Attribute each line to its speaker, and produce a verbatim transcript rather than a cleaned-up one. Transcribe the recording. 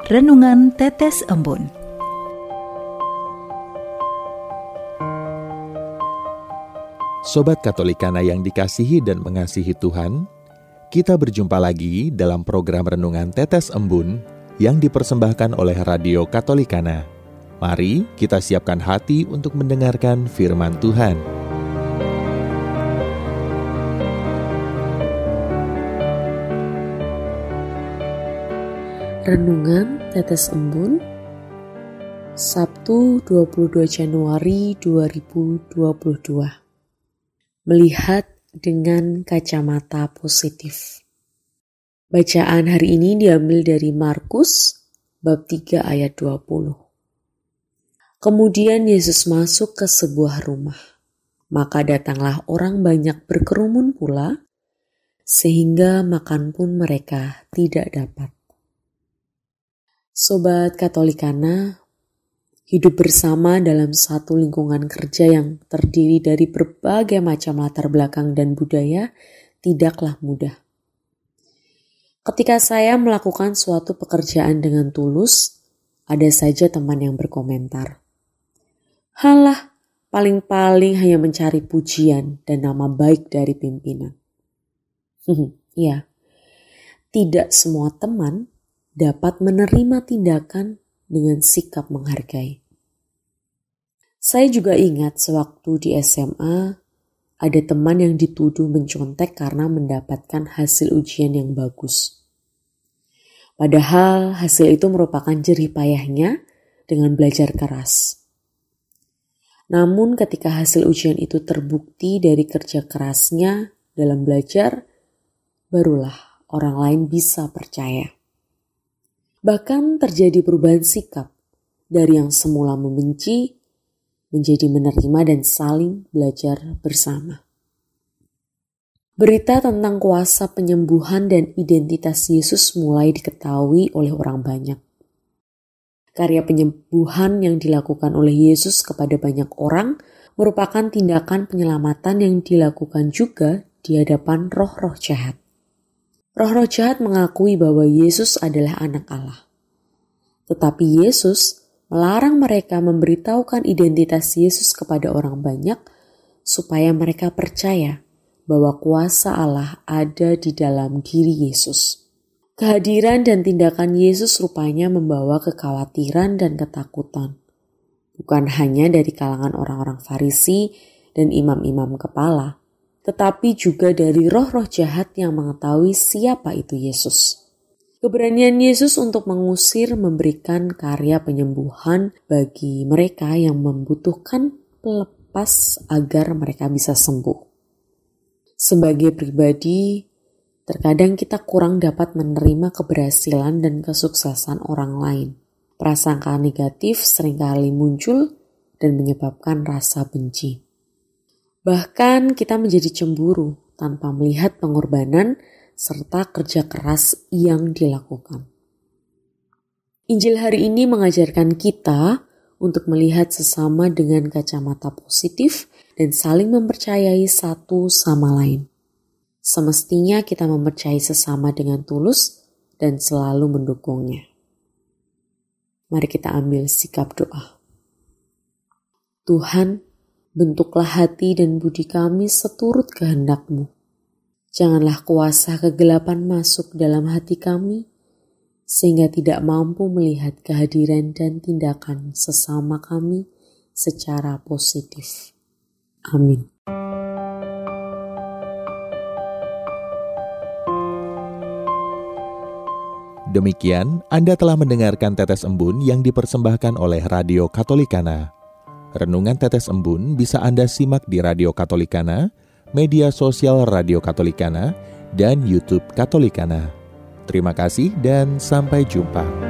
Speaker 1: Renungan Tetes Embun.
Speaker 2: Sobat Katolikana yang dikasihi dan mengasihi Tuhan, kita berjumpa lagi dalam program Renungan Tetes Embun yang dipersembahkan oleh Radio Katolikana. Mari kita siapkan hati untuk mendengarkan firman Tuhan.
Speaker 3: Renungan Tetes Embun, Sabtu dua puluh dua Januari dua ribu dua puluh dua. Melihat dengan kacamata positif. Bacaan hari ini diambil dari Markus bab tiga ayat dua puluh. Kemudian Yesus masuk ke sebuah rumah. Maka datanglah orang banyak berkerumun pula, sehingga makan pun mereka tidak dapat. Sobat Katolikana, hidup bersama dalam satu lingkungan kerja yang terdiri dari berbagai macam latar belakang dan budaya tidaklah mudah. Ketika saya melakukan suatu pekerjaan dengan tulus, ada saja teman yang berkomentar, "Halah, paling-paling hanya mencari pujian dan nama baik dari pimpinan." Ya, tidak semua teman dapat menerima tindakan dengan sikap menghargai. Saya juga ingat sewaktu di S M A, ada teman yang dituduh mencontek karena mendapatkan hasil ujian yang bagus. Padahal hasil itu merupakan jerih payahnya dengan belajar keras. Namun ketika hasil ujian itu terbukti dari kerja kerasnya dalam belajar, barulah orang lain bisa percaya. Bahkan terjadi perubahan sikap dari yang semula membenci menjadi menerima dan saling belajar bersama. Berita tentang kuasa penyembuhan dan identitas Yesus mulai diketahui oleh orang banyak. Karya penyembuhan yang dilakukan oleh Yesus kepada banyak orang merupakan tindakan penyelamatan yang dilakukan juga di hadapan roh-roh jahat. Roh-roh jahat mengakui bahwa Yesus adalah anak Allah. Tetapi Yesus melarang mereka memberitahukan identitas Yesus kepada orang banyak supaya mereka percaya bahwa kuasa Allah ada di dalam diri Yesus. Kehadiran dan tindakan Yesus rupanya membawa kekhawatiran dan ketakutan. Bukan hanya dari kalangan orang-orang Farisi dan imam-imam kepala, tetapi juga dari roh-roh jahat yang mengetahui siapa itu Yesus. Keberanian Yesus untuk mengusir memberikan karya penyembuhan bagi mereka yang membutuhkan pelepas agar mereka bisa sembuh. Sebagai pribadi, terkadang kita kurang dapat menerima keberhasilan dan kesuksesan orang lain. Prasangka negatif seringkali muncul dan menyebabkan rasa benci. Bahkan kita menjadi cemburu tanpa melihat pengorbanan serta kerja keras yang dilakukan. Injil hari ini mengajarkan kita untuk melihat sesama dengan kacamata positif dan saling mempercayai satu sama lain. Semestinya kita mempercayai sesama dengan tulus dan selalu mendukungnya. Mari kita ambil sikap doa. Tuhan, bentuklah hati dan budi kami seturut kehendak-Mu. Janganlah kuasa kegelapan masuk dalam hati kami, sehingga tidak mampu melihat kehadiran dan tindakan sesama kami secara positif. Amin.
Speaker 2: Demikian, Anda telah mendengarkan Tetes Embun yang dipersembahkan oleh Radio Katolikana. Renungan Tetes Embun bisa Anda simak di Radio Katolikana, media sosial Radio Katolikana, dan YouTube Katolikana. Terima kasih dan sampai jumpa.